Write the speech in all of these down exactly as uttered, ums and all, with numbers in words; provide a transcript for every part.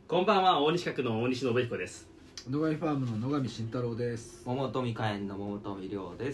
こんばんは、大西角の大西信彦です。 野上ファームの野上慎太郎です。 桃富花園の桃富亮です。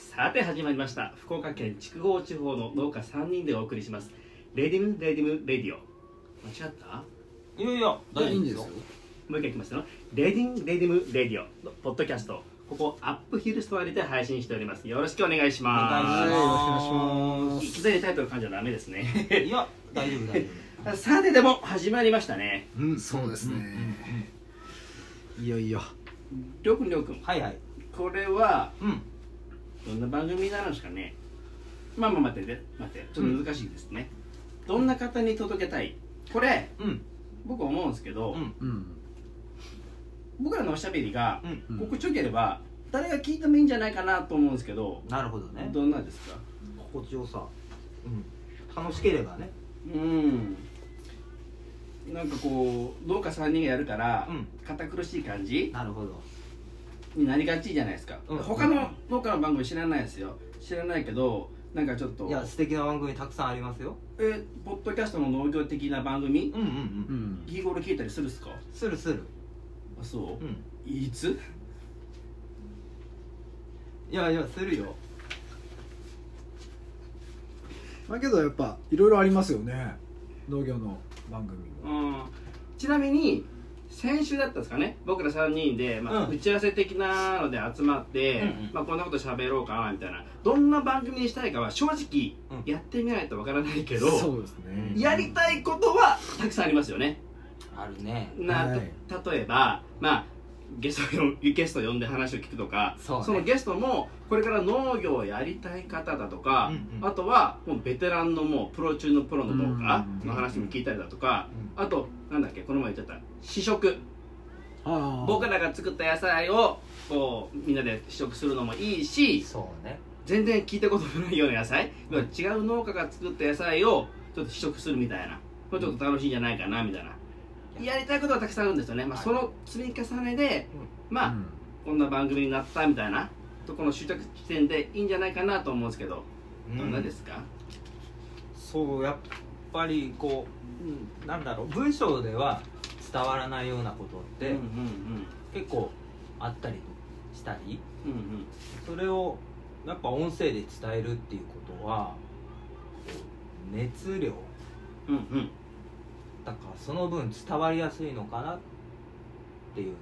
さて始まりました、福岡県筑後地方の農家さんにんでお送りしますレディムレディムレディオ。間違った？ いやいや大丈夫ですよ。 もう一回いきますよ。レディムレディムレディオのポッドキャスト、ここアップヒルストアにて配信しております。よろしくお願いします。 お願いします。 よろしくお願いします。 いきなりタイトル噛んじゃダメですね。 いや大丈夫大丈さてでも始まりましたね。 うん、そうですね。いよいよ。 りょうくんりょうくん、 夫。はいはい。 これはうんどんな番組になるんですかね。まあまあ待ってね待ってちょっと難しいですね、うん、どんな方に届けたい、これ、うん、僕思うんですけど、うんうん、僕らのおしゃべりが、うん、心地よければ誰が聞いてもいいんじゃないかなと思うんですけど。 なるほどね。 どんなですか？ 心地よさ、うん、楽しければね。 うん、なんかこう農家さんにんがやるから、うん、堅苦しい感じなるほどになりがちじゃないですか、うん、他の農家の番組知らないですよ。知らないけどなんかちょっといや素敵な番組たくさんありますよ。 えポッドキャストの農業的な番組、うんうんうん、日頃聞いたりするっすか？ するする。 あ、そう、うん、いつ？ いやいやするよ。 だけどやっぱいろいろありますよね、農業の番組も。 うん、ちなみに先週だったんですかね、僕らさんにんで、まあうん、打ち合わせ的なので集まって、うんうん、まあ、こんなこと喋ろうかなみたいな、どんな番組にしたいかは正直やってみないとわからないけど、うん、 そうですね、 やりたいことはたくさんありますよね。 あるね。 な、はい、例えばまあゲストゲスト呼んで話を聞くとか、 そ,、ね、そのゲストもこれから農業をやりたい方だとか、うんうん、あとはもうベテランのもうプロ中のプロの農家の話も聞いたりだとか、うんうん、あとなんだっけ、この前言ってた試食、僕らが作った野菜をこうみんなで試食するのもいいし、 そうね、 全然聞いたことのないような野菜、うん、違う農家が作った野菜をちょっと試食するみたいな、これちょっと楽しいんじゃないかなみたいな、やりたいことがたくさんあるんですよね、まあ、その積み重ねで、うん、まあ、うん、こんな番組になったみたいなところの終着地点でいいんじゃないかなと思うんですけど、うん、どんなですか？ そうやっぱりこう、うん、なんだろう、文章では伝わらないようなことって、うんうんうん、結構あったりしたり、うんうん、それをやっぱ音声で伝えるっていうことは熱量、うんうん、だからその分伝わりやすいのかなっていう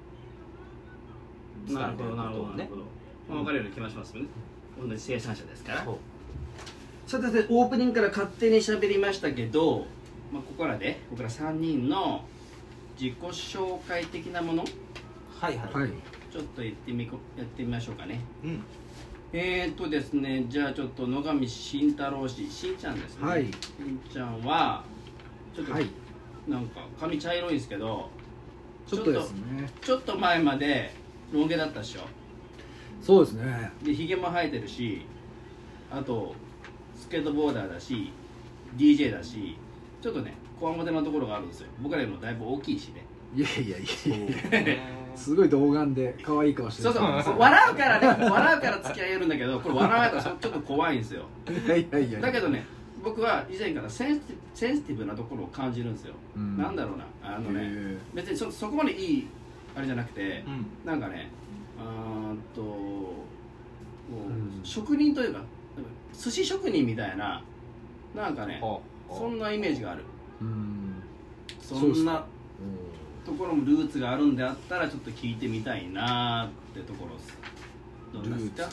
のは伝えてることをね、 分かるような気がしますよね、うん、同じ生産者ですから。さてさて、オープニングから勝手に喋りましたけど、まあ、ここらで僕らさんにんの自己紹介的なもの、 はいはい、 ちょっと言ってみやってみましょうかね、うん、えーっとですね、じゃあちょっと野上慎太郎氏、しんちゃんですね、はい、しんちゃんはちょっと、はい、なんか髪茶色いんですけど、 ちょっとですね、 ちょっと前までロン毛だったでしょ。 そうですね。 でひげも生えてるし、あとスケートボーダーだし ディージェー だし、ちょっとねこわもてのところがあるんですよ。僕らよりもだいぶ大きいしね。 いやいやいやいやすごい童顔で可愛い顔してる。 そうそう、笑うからね、笑うから付き合えるんだけど、これ笑われたらちょっと怖いんですよ。 いやいやいや、 だけどね、僕は以前からセンシティブ、センシティブなところを感じるんですよ、うん、なんだろうな、あのね、別に そ, そこまでいいあれじゃなくて、うん、なんかね、あーっともう、うん、職人というか寿司職人みたいな、なんかね、そんなイメージがある、うん、そんなところもルーツがあるんであったらちょっと聞いてみたいなってところです。どうですか？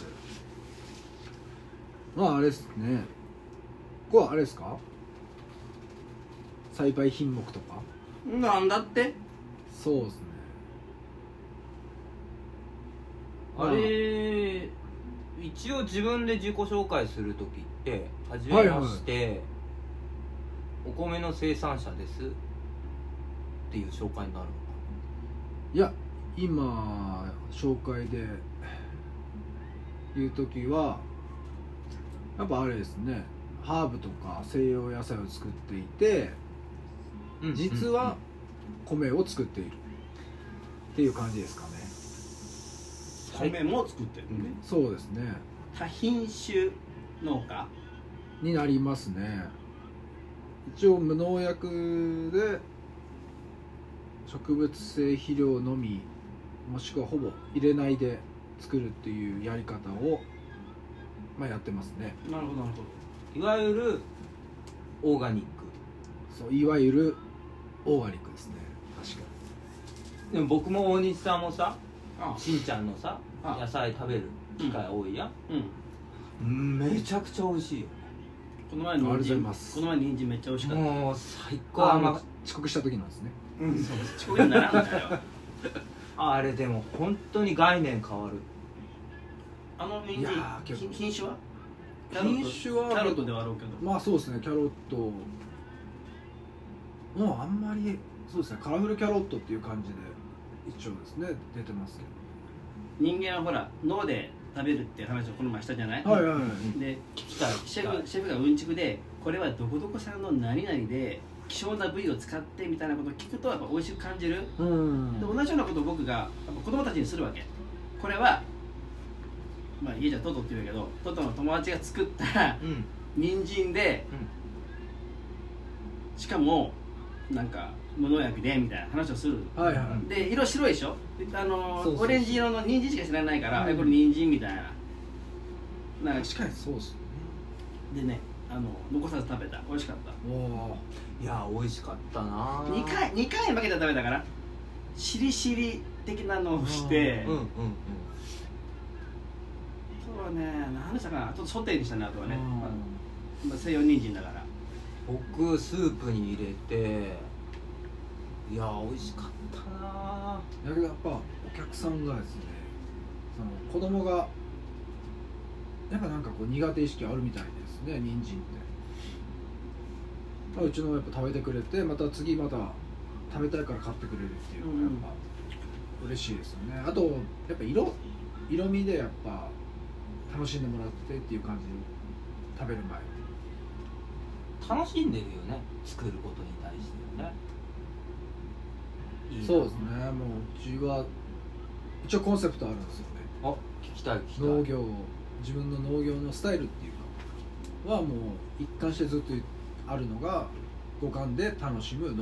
まああれですね、これはあれですか、栽培品目とかなんだって。 そうですね、 あれ一応自分で自己紹介するときってはじめまして、はいはい、お米の生産者ですっていう紹介になるのかな。 いや今紹介で言うときはやっぱあれですね、ハーブとか西洋野菜を作っていて、うん、実は米を作っているっていう感じですかね。 米も作ってるね、うん、 そうですね、 多品種農家になりますね。一応無農薬で植物性肥料のみもしくはほぼ入れないで作るっていうやり方を、まあ、やってますね。 なるほどなるほど。いわゆるオーガニック。 そういわゆるオーガニックですね。確かにでも僕も大西さんもさ、しんちゃんのさ野菜食べる機会多いやん、うんうん、めちゃくちゃ美味しいよね。 この前の人参この前の人参めっちゃ美味しかった。 もう最高。あ、まあ、 遅刻した時なんですね。 うん、そう遅刻にならんだよあれでも本当に概念変わる。 あの人参品種は品種はキャロットではあろうけど、 まあそうですね、キャロットもうあんまりそうですね、カラフルキャロットっていう感じで一応ですね出てますけど、 人間はほら脳で食べるっていう話をこの前したじゃない。 はいはいはい。 でシェフシェフがうんちくでこれはどこどこさんの何々で希少な部位を使ってみたいなことを聞くとやっぱ美味しく感じる。うん、で同じようなことを僕がやっぱ子供たちにするわけ。これはまあ家じゃトトって言うけどトトの友達が作った人参で、うん、しかもなんか無農薬でみたいな話をする、はいはい、で色白いでしょ。あのー、オレンジ色の人参しか知らないから、うん、これ人参みたいな。 なんか確かにそうっすよね。でね、あの残さず食べた。美味しかった。 おいや美味しかったな。 にかいにかい負けて食べたからしりしり的なのをして、うんうんうん、そうね、何でしたかな、ちょっとソテーにしたね。あとはね、まあ、西洋人参だから。 僕スープに入れて、いや美味しかったな。 だけどやっぱお客さんがですね、その子供がやっぱなんかこう苦手意識あるみたいですね、人参って。まあ、うちのやっぱ食べてくれて、また次また食べたいから買ってくれるっていうのがやっぱ嬉しいですよね。あとやっぱ色色味でやっぱ楽しんでもらってっていう感じで食べる前楽しんでるよね、作ることに対してね。 いいそうですね。もううちは一応コンセプトあるんですよね。 あ、聞きたい聞きたい。 農業、自分の農業のスタイルっていうかはもう一貫してずっとあるのが五感で楽しむ農業。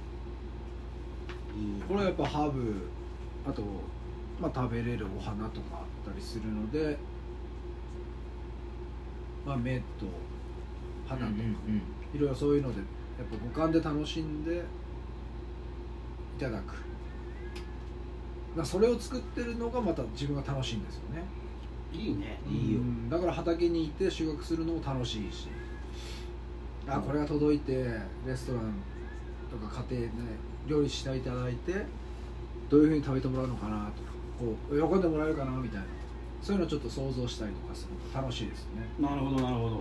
いいこれはやっぱハーブ、あと、まあ、食べれるお花とかあったりするので、まあ、目と花とか、うんうんうん、いろいろそういうのでやっぱ五感で楽しんでいただく。だそれを作ってるのがまた自分が楽しいんですよね。 いいね、 いいよ。だから畑に行って収穫するのも楽しいし、あ、これが届いてレストランとか家庭で料理していただいてどういうふうに食べてもらうのかなとか、こう喜んでもらえるかなみたいな、そういうのをちょっと想像したりとかすると楽しいですね。 なるほどなるほど。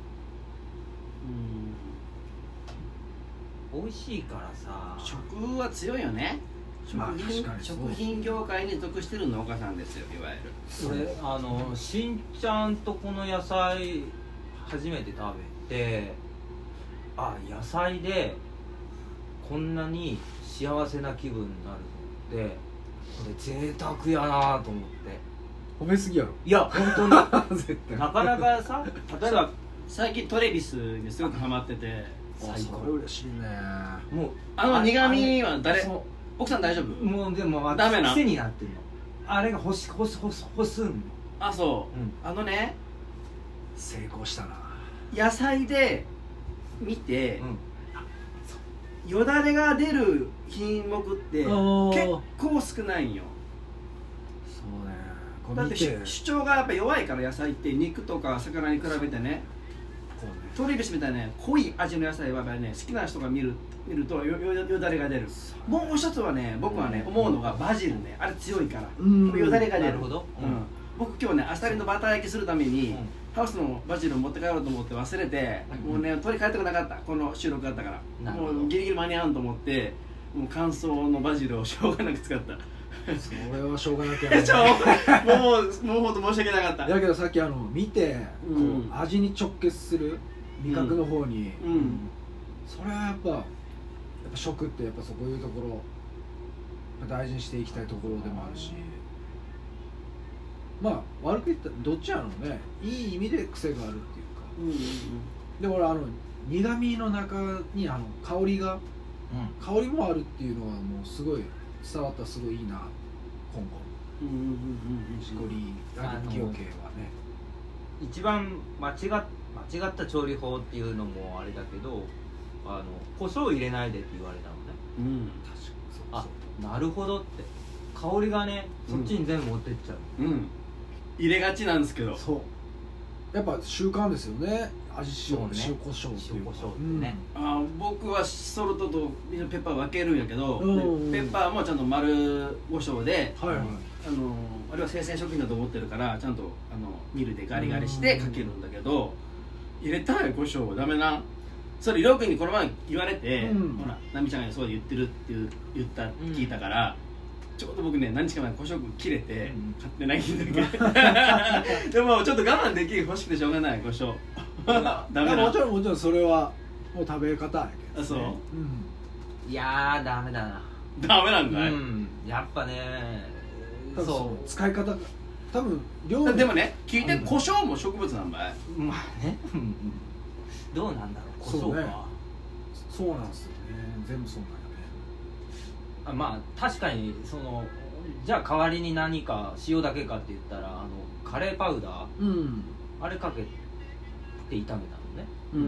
うん、美味しいからさ、 食は強いよね。食品、まあ、食品業界に属してる農家さんですよ、いわゆる。 それあのしんちゃんとこの野菜初めて食べて、あ、野菜でこんなに幸せな気分になるのってこれ贅沢やなと思って。 褒めすぎやろ。 いや本当に絶対なかなかさ、例えば最近トレビスにすごくハマってて、 最高。これ嬉しいね。 もうあの苦味は誰、奥さん大丈夫？ もうでもダメな癖になってるの。あれが欲し欲し欲し欲すんの。 あ、そう、うん、あのね、 成功したな。 野菜で見て、うん、よだれが出る品目って結構少ないんよ。 そうね。 だって主張がやっぱ弱いから、野菜って肉とか魚に比べてね。トリビスみたいな、ね、濃い味の野菜はね、好きな人が見る見ると よ, よ, よだれが出る。もう一つはね、僕はね、うん、思うのがバジルね、あれ強いから、うん、よだれが出る。なるほど、うん、僕今日ね、アサリのバター焼きするために、うん、ハウスのバジルを持って帰ろうと思って忘れて、うん、もうね、取り帰ってこなかった。この収録があったから、もうギリギリ間に合わんと思って、もう乾燥のバジルをしょうがなく使った。 それはしょうがなくやね。もうもう本当申し訳なかった。 だけどさっきあの見て、こう、うん、味に直結する味覚の方に、うんうん、それはやっぱやっぱ食ってやっぱそういうところ大事にしていきたいところでもあるし、まあ悪く言ったらどっちやろうね、いい意味で癖があるっていうか、うんうんうん、でも俺あの苦味の中にあの香りが香りもあるっていうのはもうすごい伝わったらすごいいいな今後。うんうんうんうん。しこりありきよ系はね。 一番間違っ間違った調理法っていうのもあれだけど、あの胡椒入れないでって言われたのね。 うん、確かにそうあ、なるほどって。香りがね、そっちに全部持ってっちゃう。 うん、うん、入れがちなんですけど、 そうやっぱ習慣ですよね。味塩、ね、塩コショウっていうか、 塩ってね、 うん、あ僕はソルトとペッパー分けるんやけど、うん、ペッパーもちゃんと丸胡椒で、はいはい、あのあれは生鮮食品だと思ってるからちゃんとあのミルでガリガリしてかけるんだけど、入れたい胡椒はダメな。それりょうくんにこの前言われて、うん、ほら奈美ちゃんがそう言ってるって言った聞いたから、うん、ちょうど僕ね何日か前胡椒切れて買ってないんだけど、うん、でもちょっと我慢できる欲しくてしょうがない胡椒ダメな。もちろんもちろんそれはもう食べ方やけど、ね、 あそう、うん、 いやーダメだな。 ダメなんだい、 うん、やっぱねそう使い方が多分料理でもね聞いて胡椒も植物なんだい。 まあねどうなんだろう胡椒か。 そうなんですよね。全部そうなんよね。 あまあ確かにそのじゃあ代わりに何か塩だけかって言ったらあのカレーパウダー、うん、あれかけて炒めたのね。うん、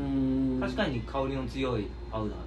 確かに香りの強いパウダー、うん、パウダーだ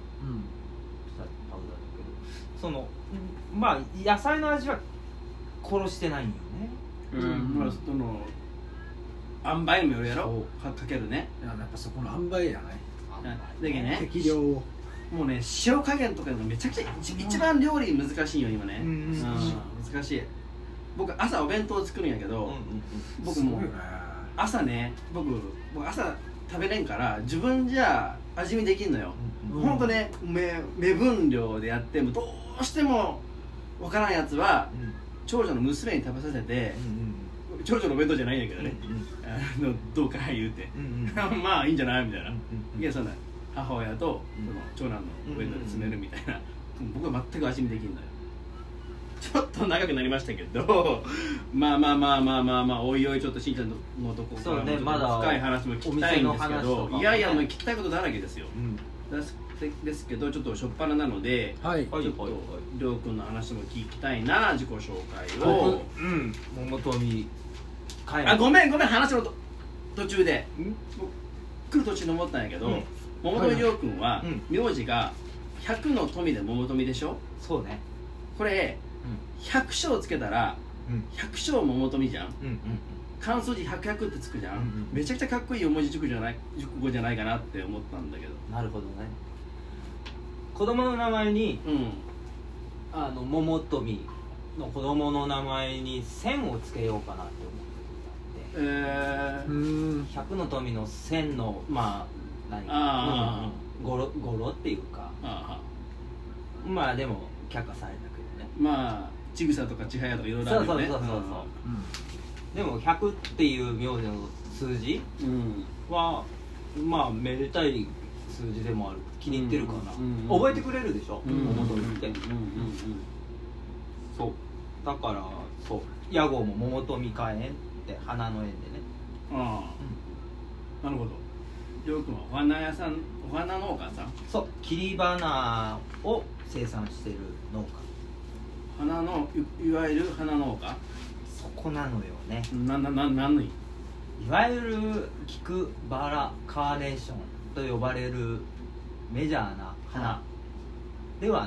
けどそのまあ野菜の味は殺してないんよね。 うん、うん、まあその塩梅にもよるやろかけるね。 やっぱそこの塩梅やない。 だけどね適量をもうね塩加減とかがめちゃくちゃ一番料理難しいよ今ね。うん、うん、難しい。僕朝お弁当作るんやけど、うんうん、僕も朝ね僕僕朝食べれんから自分じゃ味見できんのよ。うん、ほんとね目目分量でやってもどうしてもわからんやつは、うん、長女の娘に食べさせて、うんうん、長女のお弁当じゃないんやけどね、うんうん、あのどうか言うて、うんうん、まあいいんじゃないみたいな、うんうん、いやそんな母親とその長男のお弁当で詰めるみたいな、うんうん、僕は全く味見できんのよ。ちょっと長くなりましたけどまあまあまあまあまあまあおいおいちょっとしんちゃんのとこからもまだ深い話も聞きたいんですけど、ね、いやいやもう聞きたいことだらけですよ、うん、ですですけどちょっと初っ端なので、はい、ちょっとりょうくんの話も聞きたいな自己紹介を。 うん桃富あごめんごめん話のと途中で来る途中に思ったんやけど、うん、桃富りょうくんは名字がひゃくの富で桃富でしょ。 そうね。 これひゃく章つけたらひゃく章桃富じゃん、うんうん、漢数字ひゃくひゃくってつくじゃん、うんうん、めちゃくちゃかっこいい四文字熟語じゃない熟語じゃないかなって思ったんだけど。 なるほどね。子供の名前に、うん、あの桃富の子供の名前に千をつけようかなって思ってて、えー、ひゃくの富の千のまあ何あ、うん、語呂語呂っていうかあまあでも却下されたけどね。 まあちぐさとかちはやとかいろいろあるよね。そうそうそうそう、 うん、でもひゃくっていう名字の数字は、うん、まあめでたい数字でもある。気に入ってるかな、うんうん、覚えてくれるでしょ、桃富って、うんうんうん、そうだからそう屋号も桃富花園って花の園でね。ああ、うん、なるほど。りょうくんはお花屋さんお花農家さん。 そう切り花を生産してる農家。 花の い, いわゆる花農家。 そこなのよね。 ななななんのいわゆる菊バラカーネーションと呼ばれるメジャーな花ではなく、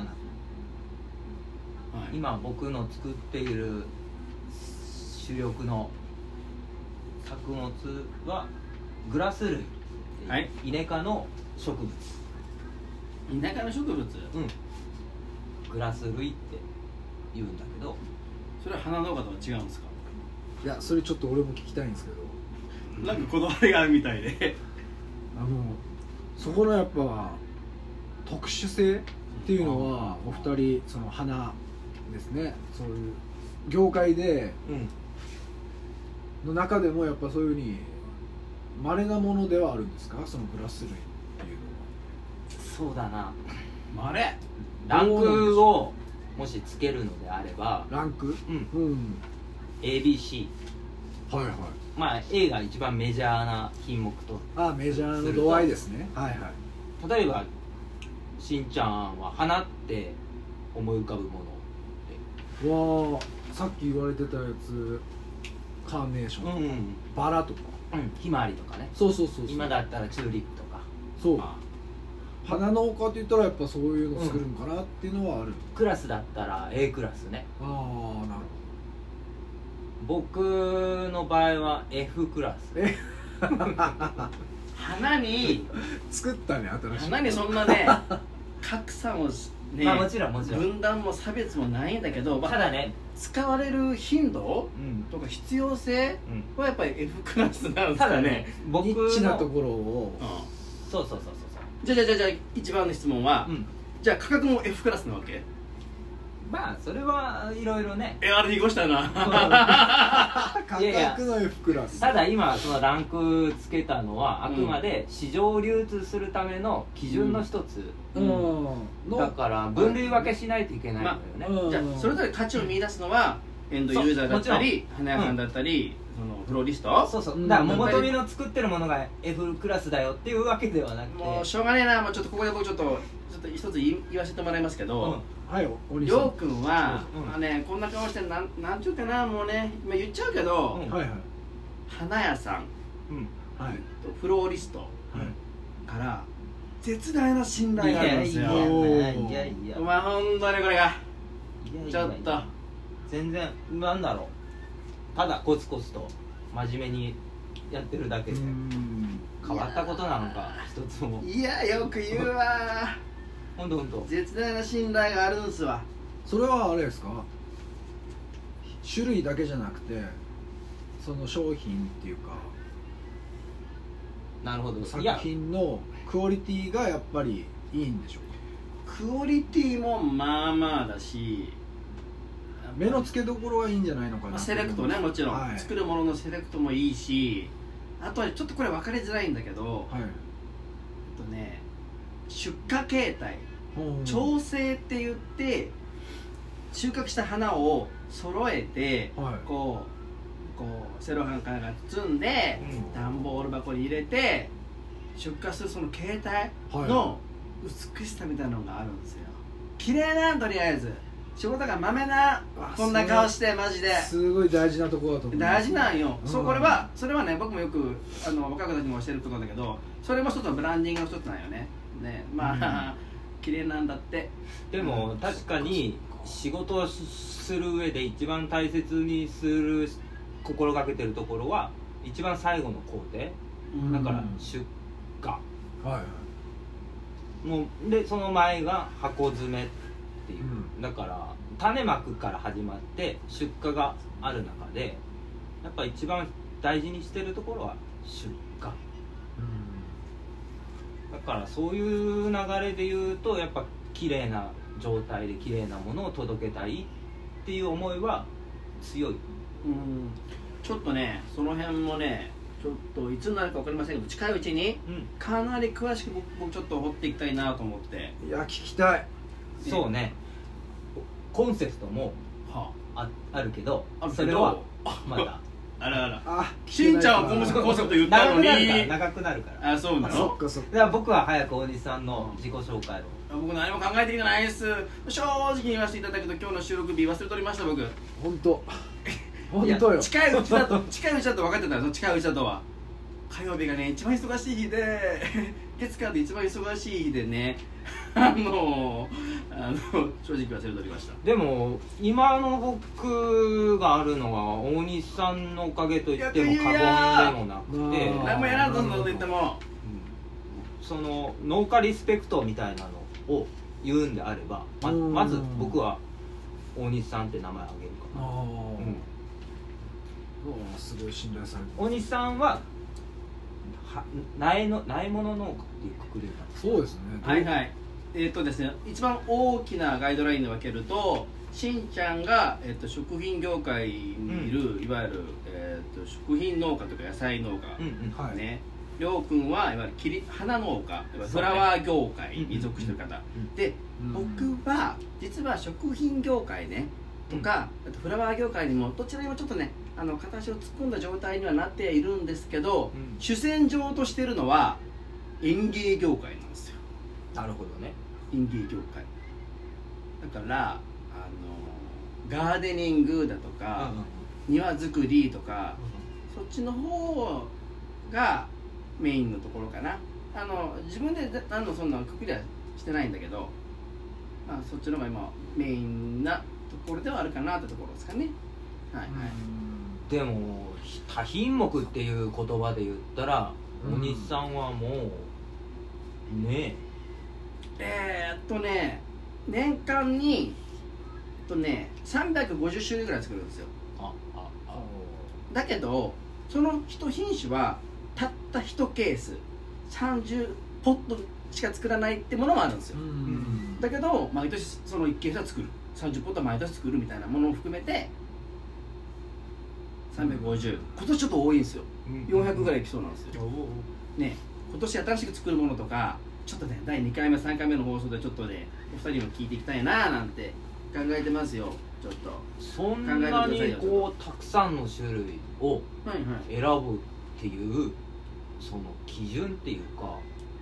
はい、今僕の作っている主力の作物はグラス類、はい、イネ科の植物。 イネ科の植物？うん。 グラス類って言うんだけど。 それは花農家とは違うんですか？ いや、それちょっと俺も聞きたいんですけど。 なんかこだわりがあるみたいであのそこのやっぱ特殊性っていうのはお二人その花ですね、そういう業界での中でもやっぱそういうふうに稀なものではあるんですか、そのグラス類っていうのは。そうだな、 稀。 ランクをもしつけるのであればランク、 うん、うん、エービーシー、はいはい、 まあ A が一番メジャーな品目と。 ああ、メジャーの度合いですね。はいはい。 例えばしんちゃんは花って思い浮かぶものってわあさっき言われてたやつカーネーションとか、うんうん、バラとか、 うん、ひまわりとかね。 そうそうそうそう、 今だったらチューリップとか。 そう花農家って言ったらやっぱそういうの作るんかなっていうのはある、うん、 クラスだったら A クラスね。 ああなるほど。 僕の場合は F クラス。え花に作ったね新しい花にそんなね格差もね、 まあもちろんもちろん分断も差別もないんだけど、まあ、 ただね使われる頻度、うん、とか必要性はやっぱり F クラスなんですかね。ただね僕のニッチなところを、 うん、そうそうそうそうそう。 じゃあじゃあじゃあじゃあ一番の質問は、うん、じゃあ価格も F クラスなわけ？ まあそれはいろいろね。 え、あれに越したな価格の F クラス。 ただ今そのランクつけたのはあくまで市場流通するための基準の一つ、うんうん、だから分類分けしないといけないのよね、 まあ、じゃあそれぞれ価値を見出すのはエンドユーザーだったり花屋さんだったり、うん、そのフロリスト、 そうそう、だから桃富の作ってるものが F クラスだよっていうわけではなくて、 もうしょうがねえな、もうちょっとここで僕ちょっとちょっと一つ言わせてもらいますけど、うんはい、 りょうくんは、うんまあね、こんな顔してなん、なんちゅうかな、もうね、今言っちゃうけど、うんはいはい、花屋さん、うんはい、フローリスト、はい、から絶大な信頼があるんですよ。いやいやいやいや、お前ほんとにこれがいやいやちょっと全然なんだろう、ただコツコツと真面目にやってるだけで変わったことなんか一つも。 いやよく言うわほんとほんと絶大な信頼があるんすわ。 それはあれですか、種類だけじゃなくてその商品っていうか、 なるほど、 作品のクオリティがやっぱりいいんでしょうか。クオリティもまあまあだし、 目の付けどころはいいんじゃないのかな、まあ、 セレクトね、もちろん、はい、作るもののセレクトもいいし、あとはちょっとこれ分かりづらいんだけど、はい、えっとね出荷形態、調整って言って収穫した花を揃えて、はい、こうこうセロハンからが包んで、うん、段ボール箱に入れて出荷するその形態の美しさみたいなのがあるんですよ。綺麗な、とりあえず仕事がまめな、こんな顔してマジですごい大事なところだと思う。 大事なんよ、うん、そうこれはそれはね僕もよくあの若い子たちにも教えることだけど、それも一つのブランディングの一つなんよね。ね、まあ、うん、綺麗なんだって。 でも確かに仕事をする上で一番大切にする心がけてるところは一番最後の工程、うん、だから出荷、はいはい、もうでその前が箱詰めっていう、うん、だから種まくから始まって出荷がある中でやっぱ一番大事にしてるところは出荷、うん、だからそういう流れで言うとやっぱ綺麗な状態で綺麗なものを届けたいっていう思いは強い。 うん、ちょっとねその辺もねちょっといつになるか分かりませんけど近いうちにかなり詳しく 僕, 僕ちょっと掘っていきたいなと思って。 いや聞きたい。 そうね、コンセプトも あ, あ, あるけどそれはまだあらあらあしんちゃんはコンセプト言ったのに長くなるからあそうなの。そっかそっか。だから僕は早く大西さんの自己紹介を。 僕何も考えてきてないです。正直に言わせていただくと今日の収録日忘れておりました。僕本当本当よ。 近いうちだと近いうちだと分かってたんですよ。近いうちだとは火曜日がね一番忙しい日で月間で一番忙しい日でねあのあの正直忘れておりました。 でも今の僕があるのは大西さんのおかげと言っても過言でもなくて、 何もやらんぞんと言っても、 うん、その農家リスペクトみたいなのを言うんであれば ま, まず僕は大西さんって名前あげるかな。あ、うん、 すごい信頼されて大西さんは苗の苗物農家っていうくくりなんですか。 そうですね。 はいはい。えーとですね、一番大きなガイドラインで分けると、しんちゃんが、えー、と食品業界にいる、うん、いわゆる、えー、と食品農家とか野菜農家、うんうんね、りょうくんはいわゆる切り花農家、フラワー業界に属している方、うんうん、で、うん、僕は実は食品業界ねとか、うん、あとフラワー業界にもどちらにもちょっとねあの形を突っ込んだ状態にはなっているんですけど、うん、主戦場としているのは園芸業界なんですよ。 なるほどね。 園芸業界だから、あのガーデニングだとか、うん、庭作りとか、うん、そっちの方がメインのところかな。あの自分で何のそんなくくりはしてないんだけど、まあ、そっちの方が今メインなところではあるかなってところですかね。はいはい。 でも多品目っていう言葉で言ったら、うん、大西さんはもうねえー、っとね年間にえっとねさんびゃくごじゅっしゅるいぐらい作るんですよ。あああだけどその一品種はたったいちケースさんじゅうポットしか作らないってものもあるんですよ。だけど毎年そのいちケースは作る、さんじゅうポットは毎年作るみたいなものを含めてさんびゃくごじゅう、今年ちょっと多いんですよ。よんひゃくぐらいいきそうなんですよ。ね、今年新しく作るものとかちょっとねだいにかいめさんかいめの放送でちょっとねお二人も聞いていきたいななんて考えてますよ。ちょっとそんなにこうたくさんの種類を選ぶっていうその基準っていうか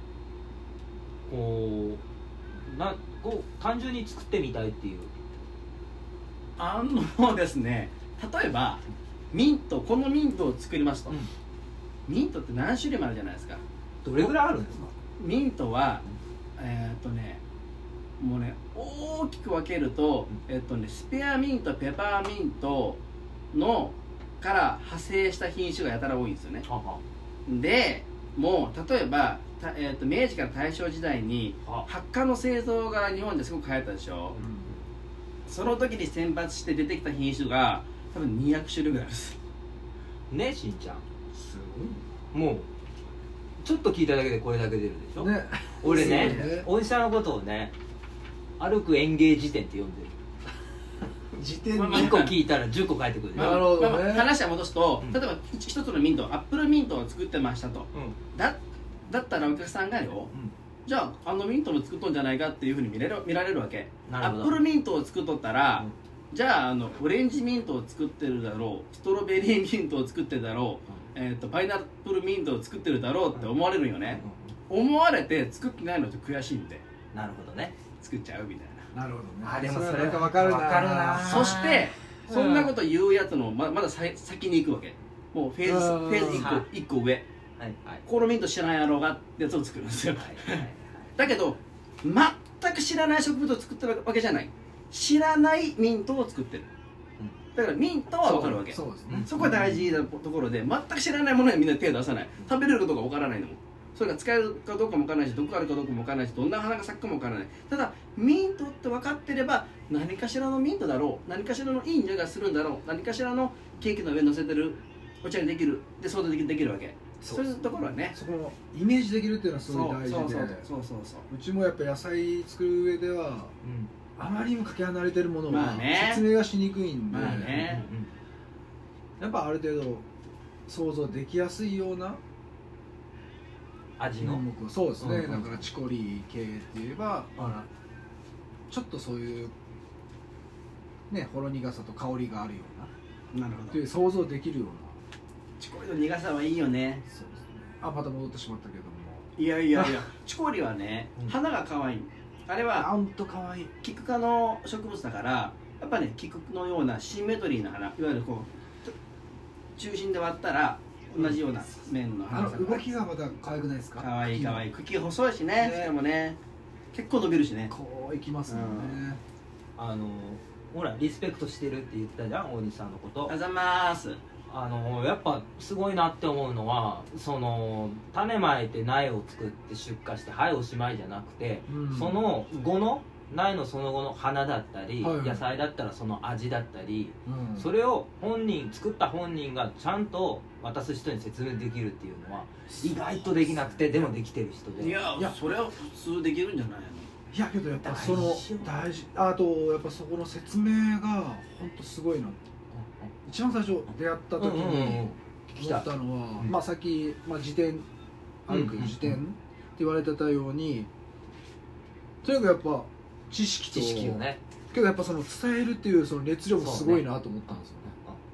こうなこう単純に作ってみたいっていうあのですね、例えばミント、このミントを作りますと、うん、ミントって何種類もあるじゃないですか。 どれぐらいあるんですか？ ミントはえー、っとねもうね大きく分けると、うん、えっとねスペアミント、ペパーミントのから派生した品種がやたら多いんですよね。ははでもう例えば、えー、と明治から大正時代に発火の製造が日本ですごく流行ったでしょ、うん、その時に選抜して出てきた品種が多分にひゃくしゅるいぐらいあるんですね。しんちゃんすごい、もうちょっと聞いただけでこれだけ出るでしょ、ね、俺ねねおじさんのことをね歩く園芸辞典って呼んでる辞典いっこ聞いたらじゅっこ返ってくるでしょ。 なるほどね。まあ、話は戻すと、うん、例えば一つのミント、アップルミントを作ってましたと、うん、だ, だったらお客さんがよ、うん、じゃああのミントも作っとんじゃないかっていうふうに見れる見られるわけ。アップルミントを作っとったら、うん、じゃあ、 あのオレンジミントを作ってるだろう、ストロベリーミントを作ってるだろう、うん、えー、とパイナップルミントを作ってるだろうって思われるよね、うんうん、思われて作ってないのって悔しいんで、 なるほどね、 作っちゃうみたいな。 なるほどね。 あでもそれが分かるな。分かるな。 そしてそんなこと言うやつの ま, まださ先に行くわけ。もうフェーズフェーズいっこ、いっこ上、はいはい、このミント知らないやろうがってやつを作るんですよ、はいはいはい、だけど全く知らない植物を作ってるわけじゃない。知らないミントを作ってる、うん、だからミントは分かるわけ。 そ, そうです、ね、そこが大事なところで、全く知らないものにみんな手を出さない。食べれることが分からないのも、それが使えるかどうかも分からないし、毒あるかどうかも分からないし、どんな花が咲くかも分からない。ただミントって分かってれば何かしらのミントだろう、何かしらのいい匂いがするんだろう、何かしらのケーキの上に乗せてるお茶にできるで、想像できるできるわけ。そういうところはね、 そこのイメージできるっていうのはすごい大事で、そうそうそうそうそう、うちもやっぱ野菜作る上では、うん、あまりにもかけ離れてるものは説明がしにくいんで、まあね、やっぱある程度想像できやすいような味の、 そうですね、うんうん、だからチコリ系って言えば、うん、ちょっとそういうねほろ苦さと香りがあるような、なるほど、っていう想像できるような。 チコリの苦さはいいよね。 そうですね。あ、また戻ってしまったけども、 いやいやいやチコリはね、うん、花が可愛い。あれはほんと可愛いキク科の植物だから、やっぱねキクのようなシンメトリーな花、いわゆるこう中心で割ったら同じような面の花、 あの動きがまた可愛くないですか。 可愛い可愛い、茎細いしね、しかもね結構伸びるしね、 こういきますもんね、 うん、あのほらリスペクトしてるって言ってたじゃん大西さんのこと。 ありがとうございます。 あのやっぱすごいなって思うのは、その種まいて苗を作って出荷してはいおしまいじゃなくて、うん、その後の苗のその後の花だったり、はいはい、野菜だったらその味だったり、うん、それを本人作った本人がちゃんと渡す人に説明できるっていうのは意外とできなくて、でもできてる人で、 いやいやそれは普通できるんじゃないの。 いやけどやっぱその大事、あとやっぱそこの説明が本当すごいなって。一番最初出会った時に聞いたのは、まあさっき、まあ、辞典歩く辞典って言われてたように、とにかくやっぱ知識と知識をね、 けどやっぱその伝えるっていうその熱量もすごいなと思ったんですよね。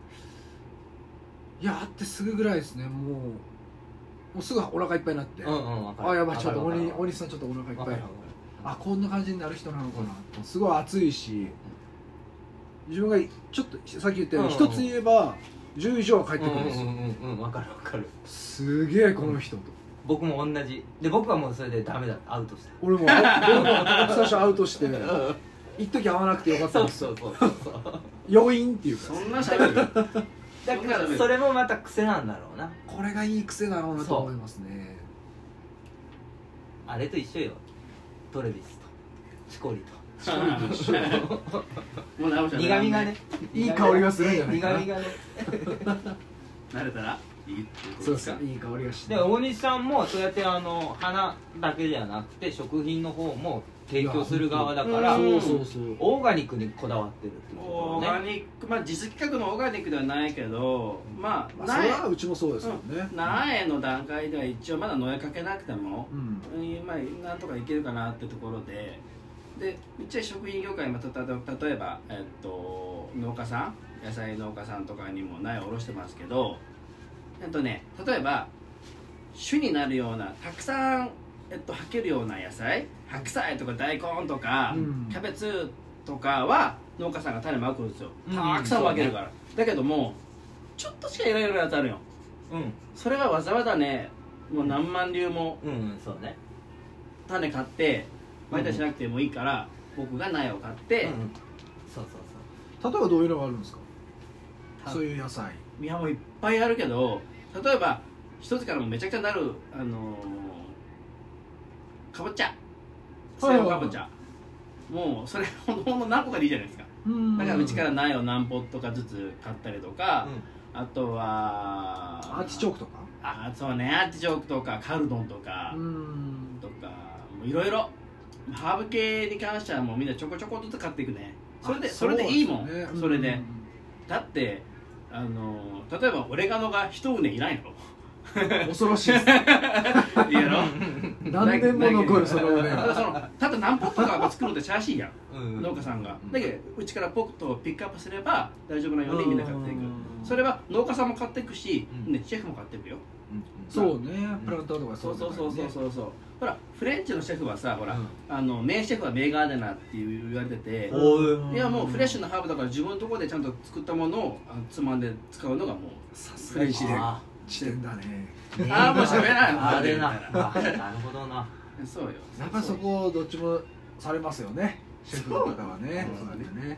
いやあってすぐぐらいですね。もうもうすぐお腹いっぱいになって、うんうん、あやばいちょっと大西さんちょっとお腹いっぱいあこんな感じになる人なのかなとすごい熱いし、自分がちょっとさっき言ったように一つ言えばじゅう以上は返ってくるんですよ。 うんうんうん、分かる分かる。 すげえこの人と、 僕も同じで、僕はもうそれでダメだアウトした。 俺も僕も最初アウトして一時会わなくてよかったんですよ。 そうそうそうそう余韻っていうか、 そんなしゃべるだからそれもまた癖なんだろうな。 これがいい癖だろうなと思いますね。 あれと一緒よ、トレビスとチコリともう直した苦味がね、 いい香りがするんじゃないかな。 苦味がね慣れたらいいってことそうでか。 ですすいい香りがして、 で大西さんもそうやってあの花だけじゃなくて食品の方も提供する側だから、 そうそうそう、 オーガニックにこだわってるっていうところね。 オーガニック、まあ実企画のオーガニックではないけど、まあ、 まあ、それはうちもそうですよね。 苗の段階では一応まだ農薬かけなくても、 うん、 まあなんとかいけるかなってところで、でうちは食品業界、また例えば、えっと、農家さん、野菜農家さんとかにも苗を卸してますけど、えっとね、例えば種になるようなたくさん、えっと、はけるような野菜、白菜とか大根とか、うん、キャベツとかは農家さんが種まくんですよ。たくさん分けるから、うんね、だけどもちょっとしか入れられるやつあるよ、うん、それはわざわざね、もう何万粒も種買って巻いたりしなくてもいいから、うん、僕が苗を買って、うん、 そうそうそう。例えばどういうのがあるんですか、そういう野菜。 いやもういっぱいあるけど、例えば一つからもめちゃくちゃなる、あのー、かぼちゃ、西洋かぼちゃ、もうそれほんの何個かでいいじゃないですか。だからうちから苗を何ポットかずつ買ったりとか、うん、あとはアーティチョークとか、 あそうね、アーティチョークとかカルドンとかとかもういろいろハーブ系に関してはもうみんなちょこちょこずつ買っていくね。それでそれでいいもん、ね、それで、だってあの例えばオレガノが一畝いらんやろ恐ろしいですいやろ何年も残るその畝はそのただ何ポットか作るのってチャーシーやん、うん、農家さんがだけどうちからポットをピックアップすれば大丈夫なようにみんな買っていく。それは農家さんも買っていくし、ね、シェフも買っていくよ、 うん、そうね、プランターとかそうそうそうそうそうそう。ほらフレンチのシェフはさ、ほら、うん、あの名シェフは名ガーデナーって言われてて、いやもうフレッシュなハーブだから自分のところでちゃんと作ったものをつまんで使うのがもうフレンチで視点だね。 ああもう喋らないあれななるほどな。 そうよ、 やっぱりそこをどっちもされますよね、シェフの方はね。そうだね。そうそうそう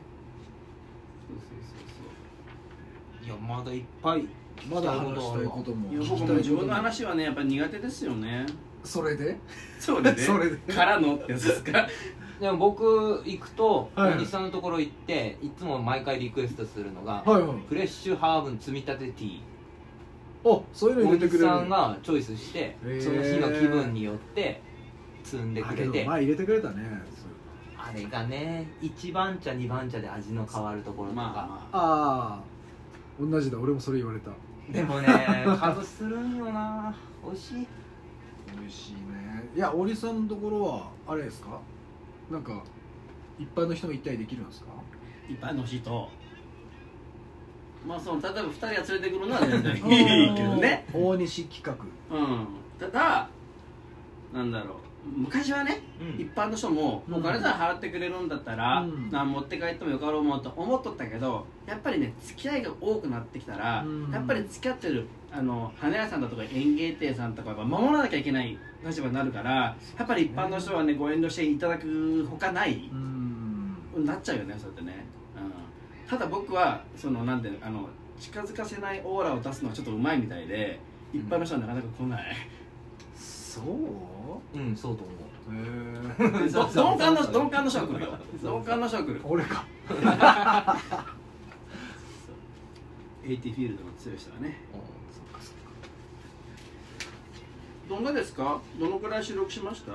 そう。いやまだいっぱいまだ話したいことも。 いや僕も自分の話はねやっぱり苦手ですよね。 それでそれでそれでからのってやつですか。 でも僕行くと大西さんのところ行っていつも毎回リクエストするのが、はいはい、フレッシュハーブ積み立てティー。 お、そういうの入れてくれる。 大西さんがチョイスしてその日の気分によって積んでくれて。 まあ入れてくれたね。 あれがね、一番茶二番茶で味の変わるところとか、まあ、 ああ同じだ、俺もそれ言われた。 でもね数するんよな。美味しい美味しいね。いや、大西さんのところはあれですか、なんか一般の人も一体できるんですか。 一般の人、まあその例えばふたりが連れてくるのは全然いいけどね大西企画。 うん、ただなんだろう、昔はね、うん、一般の人もお金さえ払ってくれるんだったら、うん、何持って帰ってもよかろうもんと思っとったけど、やっぱりね付き合いが多くなってきたら、うん、やっぱり付き合ってるあの花屋さんだとか園芸店さんとかは守らなきゃいけない立場になるから、やっぱり一般の人はねご遠慮していただくほかない、うん、なっちゃうよね、そうやってね、うん、ただ僕はそのなんてあの近づかせないオーラを出すのはちょっとうまいみたいで、一般の人はなかなか来ない、 そう？ うん、そうと思う。 へえ。鈍感の鈍感の人は来るよ。鈍感の人は来る。 俺か。 エイティフィールドの強い人はね。どんなですか？どのくらい収録しました？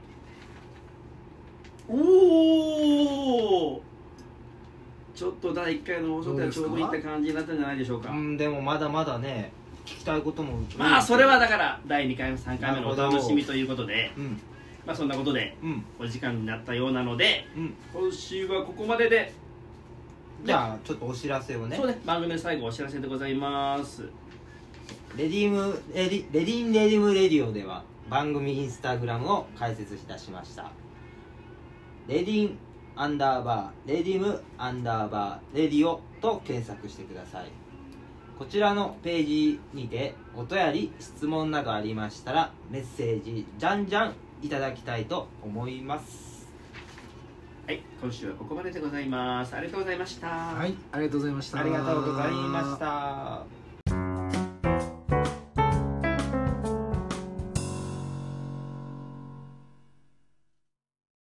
おお。ちょっとだいいっかいの放送ではちょうどいった感じになったんじゃないでしょうか。 うん、でもまだまだね。聞きたいこともまあそれはだからだいにかいめさんかいめのお楽しみということで、うん、まあそんなことでお時間になったようなので、うん、今週はここまでで、 じゃあちょっとお知らせをね。 そうね、番組の最後お知らせでございます。 レディムレディレディンレディムレディオでは番組インスタグラムを開設いたしました。 レディンアンダーバーレディムアンダーバーレディオと検索してください。こちらのページにてお便り質問などありましたらメッセージじゃんじゃんいただきたいと思います。 はい、今週はここまででございます。ありがとうございました。 はい、ありがとうございました。 ありがとうございました。